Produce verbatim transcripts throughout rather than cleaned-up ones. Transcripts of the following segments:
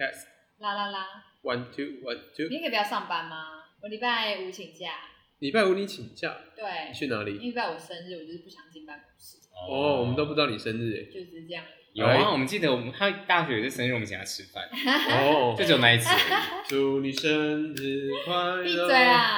test 啦啦啦 one two one two。 你可以不要上班吗？我礼拜五请假。 礼拜五你请假？ 对。 你去哪里？ 因为礼拜五生日，我就是不想进办公室。 哦，我们都不知道你生日诶。 就只是这样而已。 有啊，我们记得我们他大学有一次生日，我们请他吃饭。 哦， 就只有那一次。 祝你生日快乐！ 闭嘴啊！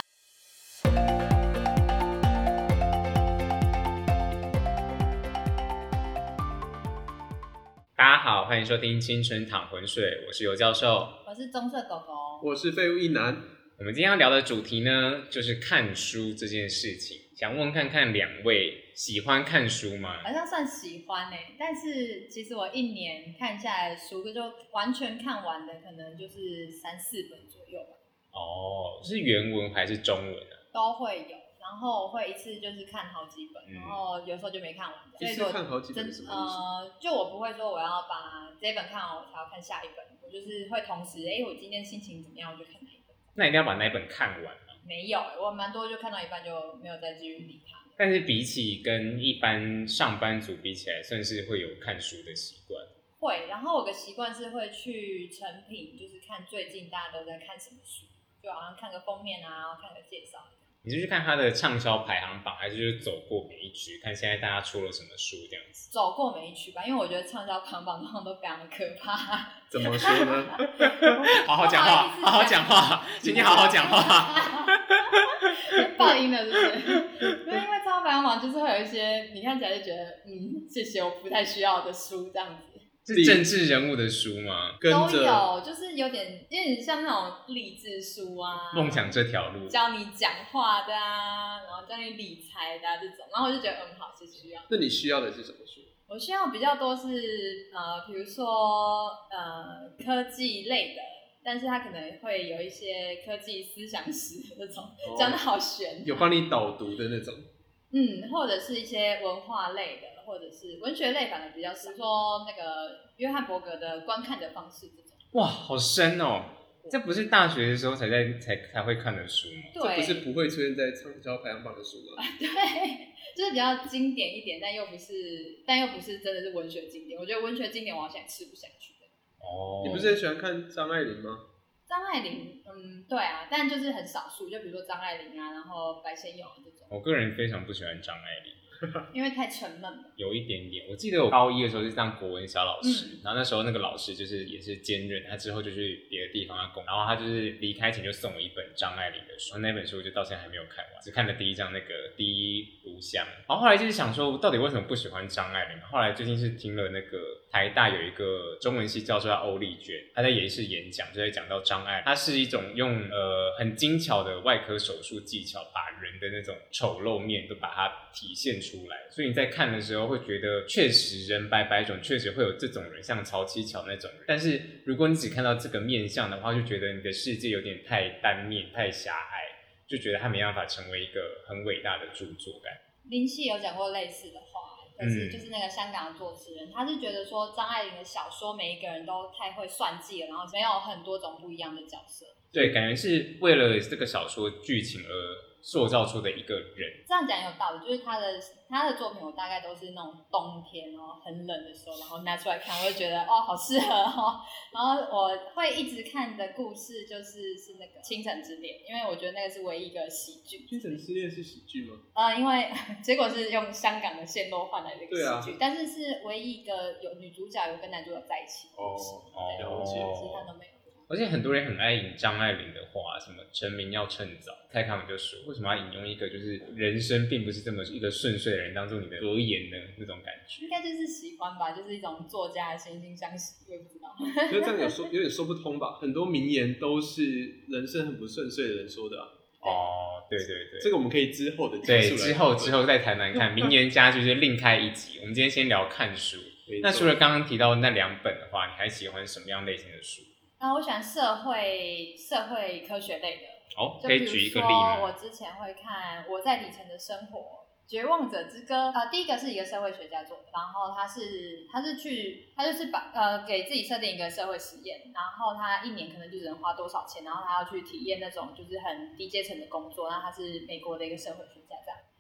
大家好，欢迎收听青春淌浑水，我是尤教授， 我是棕色狗狗， 我是废物一男。 我们今天要聊的主题呢，就是看书这件事情。想问看看两位喜欢看书吗？ 好像算喜欢诶、欸，但是其实我一年看下来的书，就完全看完的可能就是三四本左右吧。 哦，是原文还是中文啊？ 都会有，然后会一次就是看好几本， 嗯、 然后有时候就没看完。 一次看好几本是什么意思？ 呃，就我不会说我要把这一本看完，我才要看下一本，我就是会同时，哎、欸，我今天心情怎么样，我就看哪一本。 那一定要把那一本看完吗？ 没有、欸，我蛮多就看到一半就没有再继续理它。 但是比起跟一般上班族比起来，算是会有看书的习惯。 会，然后我的习惯是会去成品，就是看最近大家都在看什么书，就好像看个封面啊，然后看个介绍。 你是去看他的畅销排行榜，还是就是走过每一区，看现在大家出了什么书这样子？ 走过每一区吧，因为我觉得畅销排行榜通常都非常的可怕。 怎么说呢？ 好好讲话，好好讲话，请你好好讲话。 爆音了是不是？因为因为畅销排行榜就是会有一些你看起来就觉得嗯，谢谢，我不太需要的书这样子。 是政治人物的书吗？ 都有，就是有点有点像那种励志书啊， 梦想这条路， 教你讲话的啊，然后教你理财的啊这种，然后我就觉得嗯好是需要。 那你需要的是什么书？ 我需要比较多是呃，比如说呃科技类的，但是它可能会有一些科技思想史那种，讲得好玄， 有帮你导读的那种。 嗯，或者是一些文化类的。或者是文学类，反而比较是说那个约翰伯格的观看的方式这种。 哇，好深哦！这不是大学的时候才在才才会看的书吗？ 对， 这不是不会出现在畅销排行榜的书吗？ 对，就是比较经典一点，但又不是，但又不是真的是文学经典。我觉得文学经典我好像也吃不下去的。 哦， 你不是很喜欢看张爱玲吗？ 张爱玲，嗯，对啊，但就是很少数，就比如说张爱玲啊，然后白先勇这种。 我个人非常不喜欢张爱玲。 因为太沉闷了， 有一点点。我记得我高一的时候是当国文小老师、嗯，然后那时候那个老师就是也是兼任，他之后就去别的地方工，然后他就是离开前就送我一本张爱玲的书，那本书就到现在还没有看完，只看了第一章那个第一炉香。然后后来就是想说，到底为什么不喜欢张爱玲？后来最近是听了那个台大有一个中文系教授叫欧丽娟，他在也是演讲，就在讲到张爱玲，她是一种用呃很精巧的外科手术技巧，把人的那种丑陋面都把它体现出来，所以你在看的时候会觉得确实人百百种，确实会有这种人，像曹七巧那种人，但是如果你只看到这个面相的话，就觉得你的世界有点太单面太狭隘，就觉得他没办法成为一个很伟大的著作感。 林夕有讲过类似的话，可是就是那个香港的作词人、嗯、他是觉得说张爱玲的小说每一个人都太会算计了，然后没有很多种不一样的角色。对， 感觉是为了这个小说剧情而塑造出的一个人。 这样讲有道理，就是他的他的作品我大概都是那种冬天然后很冷的时候，然后拿出来看，我就觉得哦好适合哦。然后我会一直看的故事就是是那个《倾城之恋》，因为我觉得那个是唯一一个喜剧。 《倾城之恋》是喜剧吗？ 呃，因为结果是用香港的线路换来的一个喜剧、啊，但是是唯一一个有女主角有跟男主角在一起的故事。 哦，了解， 其他都没有。 而且很多人很爱引张爱玲的话，什么成名要趁早。蔡康永就说，为什么要引用一个就是人生并不是这么一个顺遂的人当做你的格言呢？那种感觉， 应该就是喜欢吧，就是一种作家的惺惺相惜，我也不知道。 可是这样有说有点说不通吧？很多名言都是人生很不顺遂的人说的啊。 哦，对对对， 这个我们可以之后的对之后之后再谈谈看，名言家就是另开一集。我们今天先聊看书。那除了刚刚提到那两本的话，你还喜欢什么样类型的书？ 啊，我喜欢社会社会科学类的。 哦，可以举一个例吗？ 我之前会看《我在底层的生活》、《绝望者之歌》。呃，第一个是一个社会学家做的，然后他是他是去他就是把呃给自己设定一个社会实验，然后他一年可能就只能花多少钱，然后他要去体验那种就是很低阶层的工作，然后他是美国的一个社会学家这样。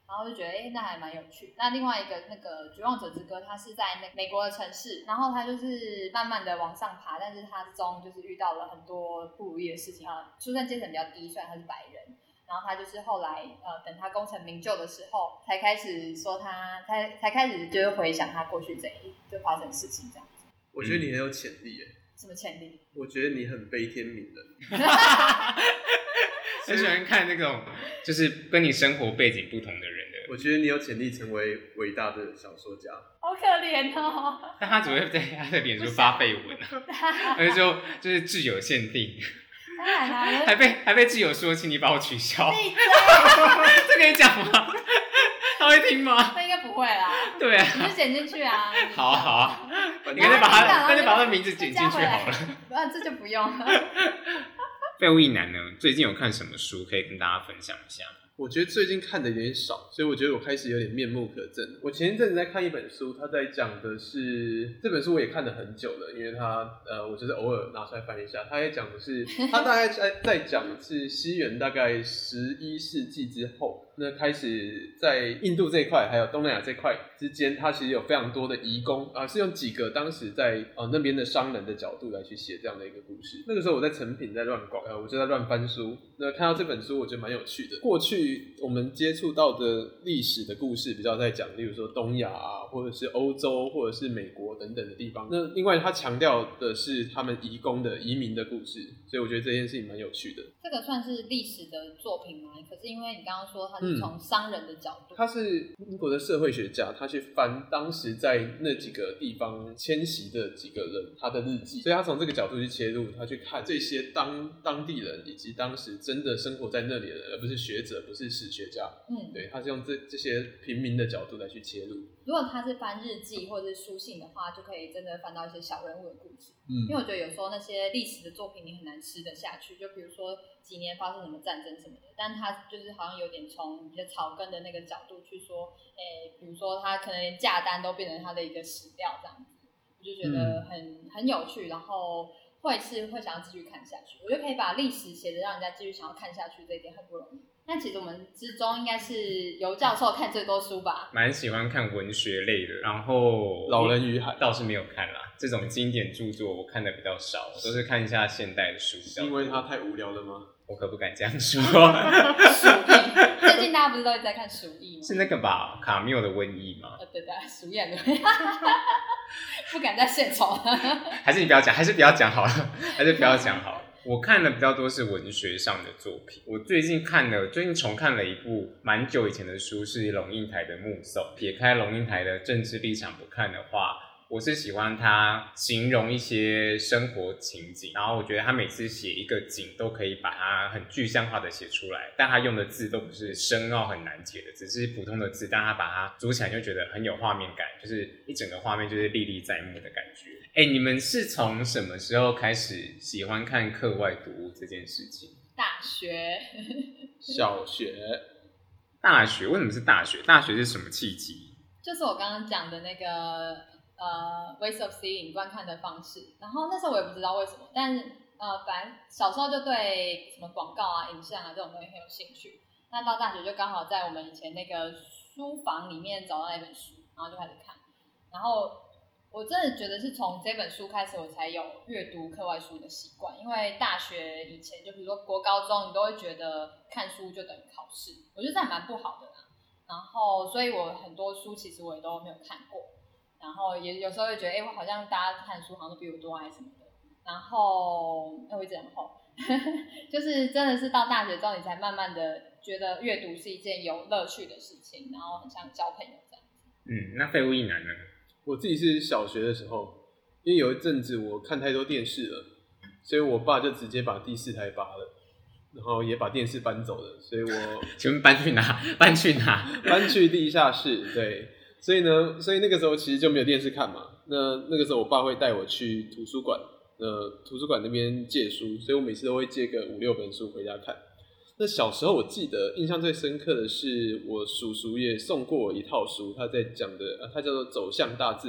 然后就觉得哎、欸，那还蛮有趣。那另外一个那个《绝望者之歌》，它是在那美国的城市，然后它就是慢慢的往上爬，但是它中就是遇到了很多不如意的事情啊，出生阶层比较低，虽然他是白人。然后他就是后来，呃，等他功成名就的时候，才开始说他，才才开始就是回想他过去这一就发生的事情这样子。 我觉得你很有潜力耶。 什么潜力？ 我觉得你很悲天悯人。 很喜欢看那种就是跟你生活背景不同的人的。 我觉得你有潜力成为伟大的小说家。 好可怜哦！ 但他只会在他的脸书发绯闻啊，而且就就是挚友限定。还被还被挚友说，请你把我取消。这可以讲吗？他会听吗？ 他应该不会啦。 对啊， 你就剪进去啊。 好啊好啊，你可以把他，那就把他的名字剪进去好了。 啊，这就不用了。 废物一男呢，最近有看什么书可以跟大家分享一下？ 我觉得最近看的有点少，所以我觉得我开始有点面目可憎。我前一阵子在看一本书，它在讲的是这本书我也看了很久了，因为它呃，我就是偶尔拿出来翻一下。它也讲的是，它大概在在讲的是西元大概十一世纪之后，那开始在印度这一块还有东南亚这块之间，它其实有非常多的移工啊、呃，是用几个当时在呃那边的商人的角度来去写这样的一个故事。那个时候我在成品在乱逛，呃，我就在乱翻书，那看到这本书我觉得蛮有趣的。过去我们接触到的历史的故事比较在讲，例如说东亚啊，或者是欧洲，或者是美国等等的地方。那另外他强调的是他们移工的移民的故事，所以我觉得这件事情蛮有趣的。 这个算是历史的作品吗？可是因为你刚刚说他是从商人的角度， 嗯、他是英国的社会学家，他去翻当时在那几个地方迁徙的几个人他的日记，所以他从这个角度去切入，他去看这些当当地人以及当时真的生活在那里的人，而不是学者，不是史学家。嗯，对，他是用这这些平民的角度来去切入。 如果他是翻日记或者是书信的话，就可以真的翻到一些小人物的故事。嗯，因为我觉得有时候那些历史的作品你很难吃得下去，就比如说几年发生什么战争什么的，但他就是好像有点从比较草根的那个角度去说，诶、欸，比如说他可能连价单都变成他的一个史料这样子，我就觉得很、嗯、很有趣，然后会是会想要继续看下去。我觉得可以把历史写得让人家继续想要看下去，这一点很不容易。那其实我们之中应该是尤教授看最多书吧？ 蛮喜欢看文学类的，然后老人与海倒是没有看啦，这种经典著作我看的比较少，我都是看一下现代的书。 是因为它太无聊了吗？ 我可不敢这样说。 鼠疫，最近大家不是都一直在看鼠疫吗？ 是那个吧，卡缪的瘟疫吗？ 呃，对对，鼠疫的，不敢再献丑了。 还是你不要讲，还是不要讲好了，还是不要讲好了。我看的比较多是文学上的作品。我最近看了，最近重看了一部蛮久以前的书，是龙应台的《目送》。撇开龙应台的政治立场不看的话，我是喜欢他形容一些生活情景，然后我觉得他每次写一个景都可以把它很具象化的写出来，但他用的字都不是深奥很难解的，只是普通的字，但他把它组起来就觉得很有画面感，就是一整个画面就是历历在目的感觉。哎、欸，你们是从什么时候开始喜欢看课外读物这件事情？ 大学。 小学。 大学？为什么是大学？大学是什么契机？ 就是我刚刚讲的那个呃 ways of seeing 观看的方式，然后那时候我也不知道为什么，但是呃，反正小时候就对什么广告啊、影像啊这种东西很有兴趣。那到大学就刚好在我们以前那个书房里面找到那本书，然后就开始看，然后。我真的觉得是从这本书开始，我才有阅读课外书的习惯。因为大学以前，就比如说国高中，你都会觉得看书就等于考试，我觉得这还蛮不好的啦。然后，所以我很多书其实我也都没有看过。然后也有时候会觉得，哎、欸，我好像大家看书好像都比我多爱什么的。然后，哎、欸，我一直很后，就是真的是到大学之后，你才慢慢的觉得阅读是一件有乐趣的事情，然后很像交朋友这样子。 嗯，那废物一男呢？ 我自己是小学的时候，因为有一阵子我看太多电视了，所以我爸就直接把第四台拔了，然后也把电视搬走了，所以我请问搬去哪？搬去哪？ 搬去地下室。对，所以呢，所以那个时候其实就没有电视看嘛。那那个时候我爸会带我去图书馆，呃，图书馆那边借书，所以我每次都会借个五六本书回家看。那小时候我记得印象最深刻的是，我叔叔也送过我一套书，他在讲的，他叫做《走向大自然》。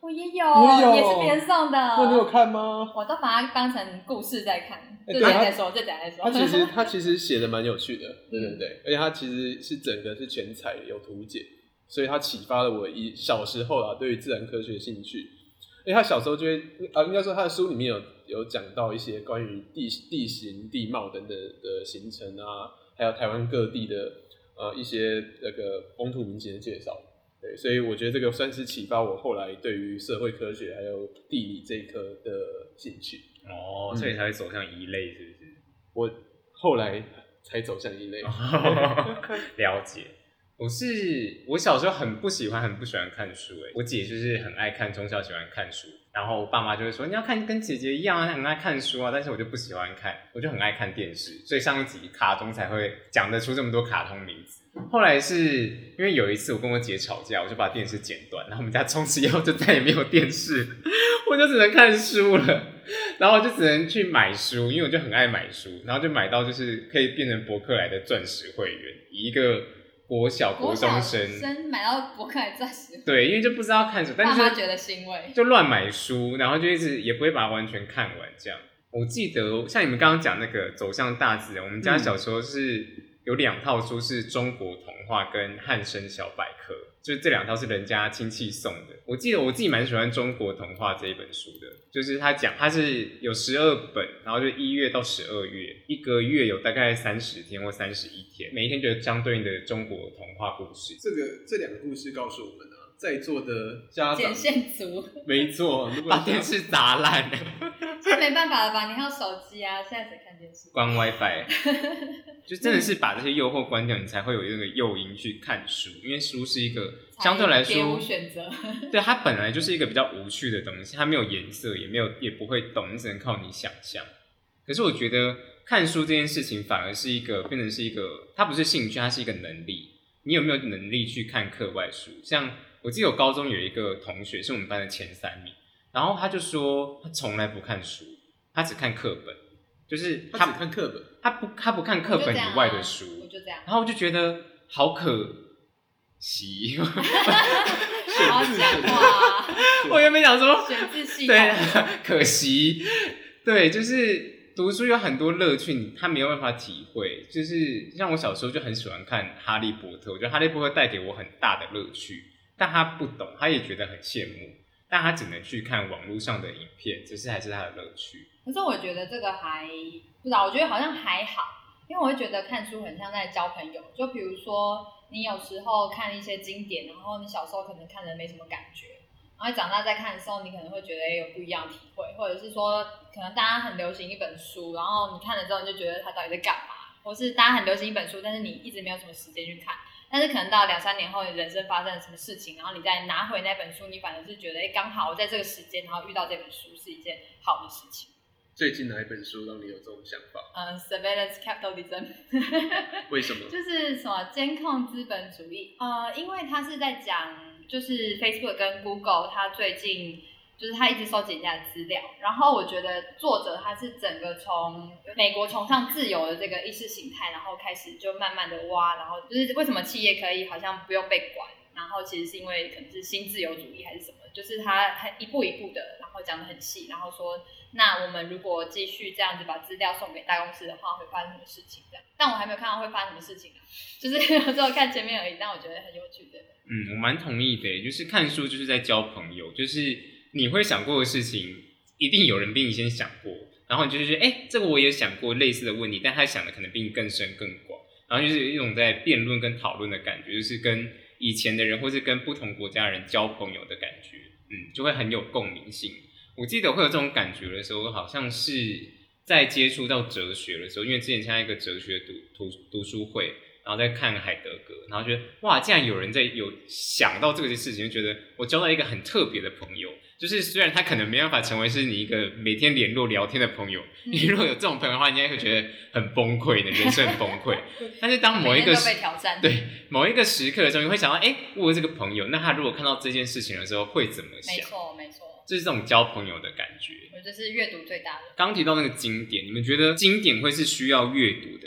我也有， 也有也是别人送的。 那你有看吗？ 我都把它当成故事在看。 欸、 这等下再说，这等下再说。 他其实他其实写的蛮有趣的，对对对，而且他其实是整个是全彩有图解，所以他启发了我一小时候啊对于自然科学的兴趣。因为他小时候就会啊，应该说他的书里面有有讲到一些关于地地形、地貌等等的形成啊，还有台湾各地的呃一些那个风土民情的介绍。对，所以我觉得这个算是启发我后来对于社会科学还有地理这一科的兴趣。 哦，所以才会走向一类，是不是？ 我后来才走向一类。 了解。我是我小时候很不喜欢很不喜欢看书，哎，我姐就是很爱看，从小喜欢看书，然后我爸妈就会说你要看跟姐姐一样啊，很爱看书啊，但是我就不喜欢看，我就很爱看电视，所以上一集卡通才会讲得出这么多卡通名字。后来是因为有一次我跟我姐吵架，我就把电视剪断，然后我们家从此以后就再也没有电视，我就只能看书了，然后我就只能去买书，因为我就很爱买书，然后就买到就是可以变成博客来的钻石会员，以一个国小国中生生买到博客来钻石， 对，因为就不知道看什么，但是爸妈觉得欣慰， 就乱买书，然后就一直也不会把它完全看完这样。我记得像你们刚刚讲那个走向大自然，我们家小时候是有两套书是中国童话跟汉声小百科，就这两套是人家亲戚送的。我记得我自己蛮喜欢中国童话这一本书的，就是他讲他是有十二本，然后就一月到十二月，一个月有大概三十天或三十一天，每一天就有相对应的中国童话故事。 这个这两个故事告诉我们啊，在座的家长捡线族， 没错， 把电视砸烂， 这没办法了吧？你还有手机啊，现在谁看电视？ 关 WiFi， 就真的是把这些诱惑关掉，你才会有那个诱因去看书，因为书是一个相对来说， 别无选择。 对，它本来就是一个比较无趣的东西，它没有颜色，也没有也不会动，你只能靠你想象。可是我觉得看书这件事情反而是一个变成是一个，它不是兴趣，它是一个能力。你有没有能力去看课外书？像我记得我高中有一个同学是我们班的前三名，然后他就说他从来不看书，他只看课本，就是他他只看课本， 他不他不看课本以外的书， 我就这样， 然后我就觉得好可惜。 好好讲话， 我原本想说选字系对，可惜，对，就是读书有很多乐趣，他没有办法体会。就是像我小时候就很喜欢看《哈利波特》，我觉得《哈利波特》带给我很大的乐趣，但他不懂，他也觉得很羡慕，但他只能去看网络上的影片，只是还是他的乐趣。 可是我觉得这个还不知道，我觉得好像还好，因为我会觉得看书很像在交朋友。就比如说你有时候看一些经典，然后你小时候可能看的没什么感觉，然后长大再看的时候，你可能会觉得有不一样的体会，或者是说可能大家很流行一本书，然后你看了之后你就觉得它到底在干嘛，或是大家很流行一本书，但是你一直没有什么时间去看，但是可能到两三年后你人生发生了什么事情，然后你再拿回那本书，你反而是觉得哎，刚好我在这个时间然后遇到这本书是一件好的事情。 最近哪一本书让你有这种想法？ 嗯 ，Surveillance Capitalism 为什么？ 就是什么监控资本主义。呃，因为它是在讲，就是 Facebook 跟 Google， 它最近就是它一直收集人家的资料，然后我觉得作者他是整个从美国崇尚自由的这个意识形态，然后开始就慢慢的挖，然后就是为什么企业可以好像不用被管，然后其实是因为可能是新自由主义还是什么，就是他他一步一步的，然后讲得很细，然后说那我们如果继续这样子把资料送给大公司的话，会发生什么事情？这样，但我还没有看到会发生什么事情啊，就是我只有看前面而已，但我觉得很有趣的。 嗯，我蛮同意的，就是看书就是在交朋友，就是你会想过的事情，一定有人比你先想过，然后你就觉得，哎、欸，这个我也想过类似的问题，但他想的可能比你更深更广，然后就是一种在辩论跟讨论的感觉，就是跟以前的人或是跟不同国家的人交朋友的感觉，嗯，就会很有共鸣性。我记得会有这种感觉的时候，好像是在接触到哲学的时候，因为之前参加一个哲学读读读书会，然后在看海德格，然后觉得哇，竟然有人在有想到这个事情，就觉得我交到一个很特别的朋友。就是虽然他可能没办法成为是你一个每天联络聊天的朋友，嗯、你如果有这种朋友的话，你应该会觉得很崩溃，你的人生很崩溃。但是当某一个每天都被挑战， 对某一个时刻的时候，你会想到，哎、欸，我有这个朋友，那他如果看到这件事情的时候会怎么想？ 没错，没错。 就是这种交朋友的感觉， 我觉得是阅读最大的。 刚提到那个经典，你们觉得经典会是需要阅读的吗？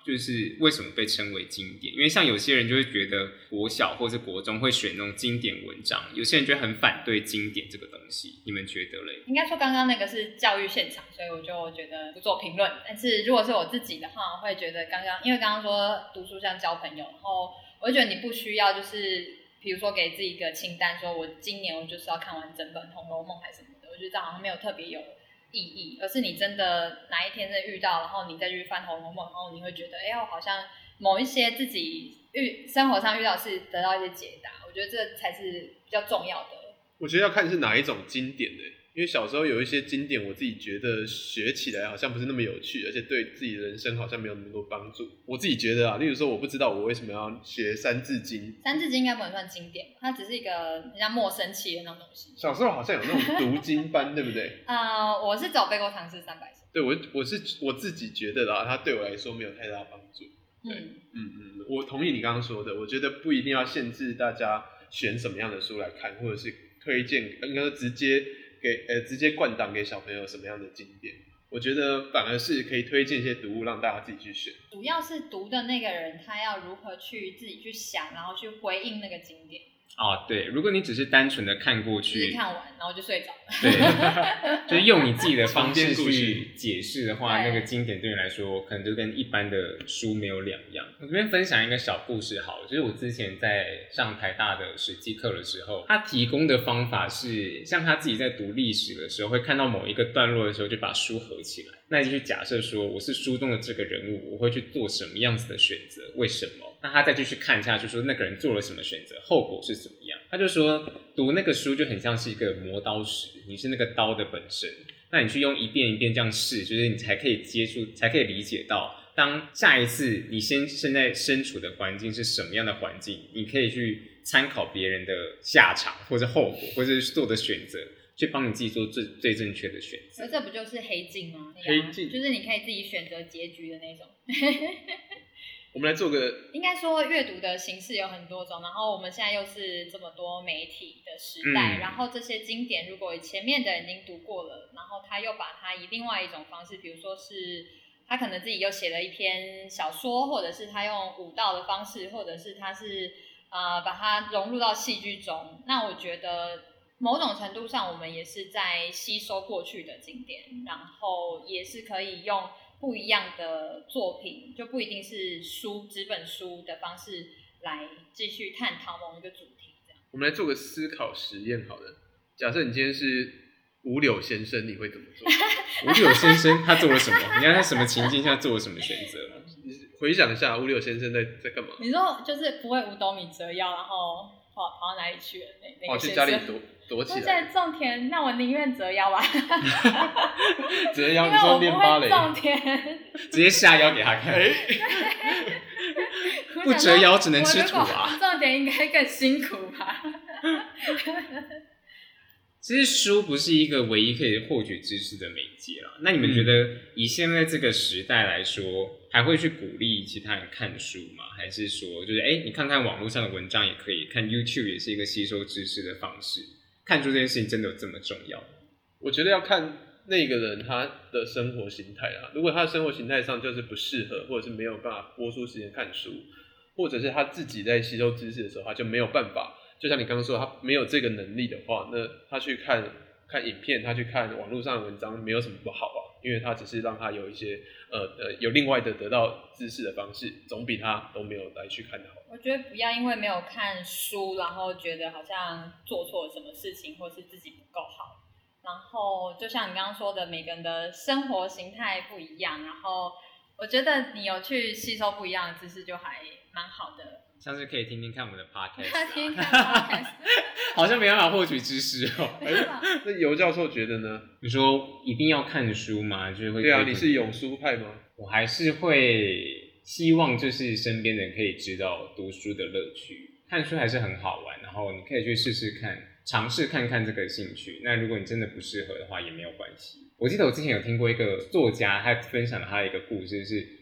就是为什么被称为经典？因为像有些人就会觉得国小或是国中会选那种经典文章，有些人就很反对经典这个东西，你们觉得嘞？ 应该说刚刚那个是教育现场，所以我就觉得不做评论。但是如果是我自己的话，我会觉得刚刚因为刚刚说读书像交朋友，然后我会觉得你不需要就是比如说给自己一个清单，说我今年我就是要看完整本《红楼梦》还是什么的，我觉得这好像没有特别有意义，而是你真的哪一天真的遇到，然后你再去翻《红楼梦》，然后你会觉得，哎，我好像某一些自己遇生活上遇到的事得到一些解答，我觉得这才是比较重要的。 我觉得要看是哪一种经典的，因为小时候有一些经典，我自己觉得学起来好像不是那么有趣，而且对自己的人生好像没有那么多帮助。我自己觉得啊，例如说，我不知道我为什么要学《三字经》。 《三字经》应该不能算经典，它只是一个很像陌生气的那种东西。 小时候好像有那种读经班，对不对？ 呃，我是走背过唐诗三百首。 对，我我是我自己觉得啦，它对我来说没有太大帮助。对，嗯嗯嗯，我同意你刚刚说的，我觉得不一定要限制大家选什么样的书来看，或者是推荐，应该说直接给呃直接灌档给小朋友什么样的经典。我觉得反而是可以推荐一些读物让大家自己去选。 主要是读的那个人他要如何去自己去想，然后去回应那个经典。 哦，对，如果你只是单纯的看过去， 只是看完然后就睡着了， 对，就是用你自己的方式去解释的话，那个经典对你来说可能就跟一般的书没有两样。我这边分享一个小故事好了，就是我之前在上台大的史记课的时候，他提供的方法是，像他自己在读历史的时候，会看到某一个段落的时候，就把书合起来，那就去假设说我是书中的这个人物，我会去做什么样子的选择，为什么？那他再继续看下去，说那个人做了什么选择，后果是怎么样？他就说，读那个书就很像是一个磨刀石，你是那个刀的本身。那你去用一遍一遍这样试，就是你才可以接触，才可以理解到，当下一次你先现在身处的环境是什么样的环境，你可以去参考别人的下场或者后果，或者是做的选择，去帮你自己做最最正确的选择。 而这不就是黑镜吗？ 黑镜就是你可以自己选择结局的那种。 我们来做个， 应该说阅读的形式有很多种，然后我们现在又是这么多媒体的时代，嗯、然后这些经典如果前面的人已经读过了，然后他又把它以另外一种方式，比如说是他可能自己又写了一篇小说，或者是他用舞蹈的方式，或者是他是呃把它融入到戏剧中，那我觉得某种程度上我们也是在吸收过去的经典，然后也是可以用不一样的作品，就不一定是书纸本书的方式来继续探讨某一个主题这样。 我们来做个思考实验好了，假设你今天是五柳先生，你会怎么做？ 五柳先生他做了什么？你看他什么情境下做了什么选择？ 你回想一下，五柳先生在在干嘛？ 你说就是不会五斗米折腰，然后跑跑到哪里去了？那那个先生跑去家里躲躲起来。 在种田，那我宁愿折腰吧。 折腰，你说练芭蕾？ 种田， 直接下腰给他看。不折腰只能吃土啊！ 种田应该更辛苦吧？ 其实书不是一个唯一可以获取知识的媒介啦。那你们觉得以现在这个时代来说，还会去鼓励其他人看书吗？还是说，就是哎，你看看网络上的文章也可以，看 YouTube 也是一个吸收知识的方式？看书这件事情真的有这么重要？ 我觉得要看那个人他的生活形态啊。如果他的生活形态上就是不适合，或者是没有办法播出时间看书，或者是他自己在吸收知识的时候，他就没有办法。就像你刚刚说，他没有这个能力的话，那他去看看影片，他去看网络上的文章，没有什么不好啊，因为他只是让他有一些呃呃有另外的得到知识的方式，总比他都没有来去看的好。 我觉得不要因为没有看书，然后觉得好像做错了什么事情，或是自己不够好。然后就像你刚刚说的，每个人的生活形态不一样，然后我觉得你有去吸收不一样的知识，就还蛮好的。 像是可以听听看我们的 podcast， 啊、 听看 podcast 好像没办法获取知识哦。 那尤教授觉得呢？ 你说一定要看书吗？就是会对啊，你是有书派吗？ 我还是会希望就是身边的人可以知道读书的乐趣，看书还是很好玩，然后你可以去试试看，尝试看看这个兴趣。那如果你真的不适合的话，也没有关系。我记得我之前有听过一个作家，他分享了他的一个故事是。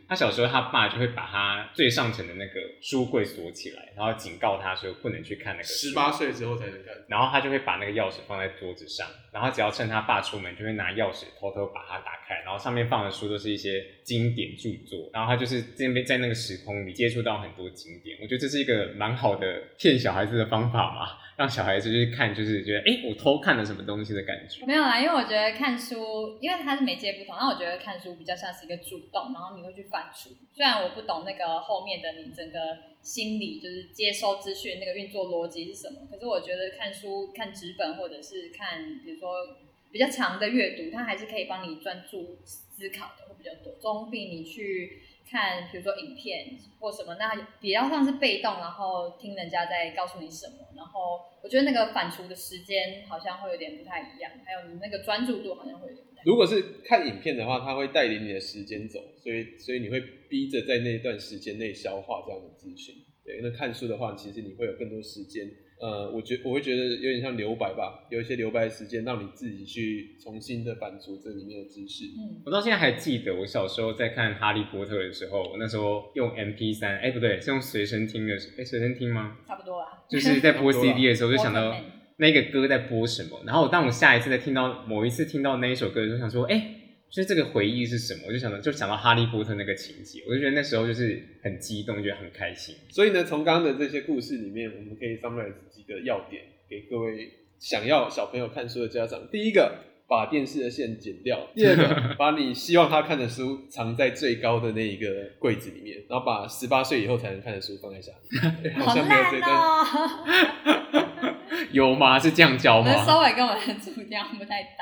他小时候他爸就会把他最上层的那个书柜锁起来，然后警告他说不能去看那个书。 十八岁之后才能看。 然后他就会把那个钥匙放在桌子上，然后只要趁他爸出门，就会拿钥匙偷偷把它打开，然后上面放的书都是一些经典著作，然后他就是这边在那个时空里接触到很多经典。我觉得这是一个蛮好的骗小孩子的方法嘛，让小孩子去看，就是觉得哎，我偷看了什么东西的感觉。 没有啦，因为我觉得看书，因为它是媒介不同，那我觉得看书比较像是一个主动，然后你会去反刍。虽然我不懂那个后面的你整个心理，就是接收资讯那个运作逻辑是什么，可是我觉得看书、看纸本或者是看，比如说比较长的阅读，它还是可以帮你专注思考的会比较多，总比你去看比如说影片或什么，那比较像是被动，然后听人家在告诉你什么，然后我觉得那个反刍的时间好像会有点不太一样，还有你那个专注度好像会有点不太一样。 如果是看影片的话，它会带领你的时间走，所以所以你会逼着在那一段时间内消化这样的资讯。对，那看书的话，其实你会有更多时间。呃，我觉我会觉得有点像留白吧，有一些留白的时间让你自己去重新的反刍这里面的知识。 嗯， 我到现在还记得我小时候在看《哈利波特》的时候，我那时候用 M P 三， 哎不对，是用随身听的，哎随身听吗？ 差不多啦， 就是在播 C D 的时候就想到 Walkman 那个歌在播什么，然后当我下一次再听到某一次听到那一首歌的时候，想说，哎。就是这个回忆是什么？我就想到，就想到哈利波特那个情节，我就觉得那时候就是很激动，觉得很开心。 所以呢，从刚刚的这些故事里面，我们可以 summarize 几个要点给各位想要小朋友看书的家长。第一个，把电视的线剪掉；第二个，把你希望他看的书藏在最高的那一个柜子里面，然后把十八岁以后才能看的书放在下面。好像没有这段。 有吗？是这样教吗？ 稍微跟我的主张不太搭。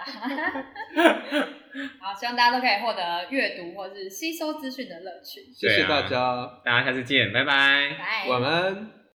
好，希望大家都可以获得阅读或是吸收资讯的乐趣。 谢谢大家， 大家下次见，拜拜， 拜， 晚安。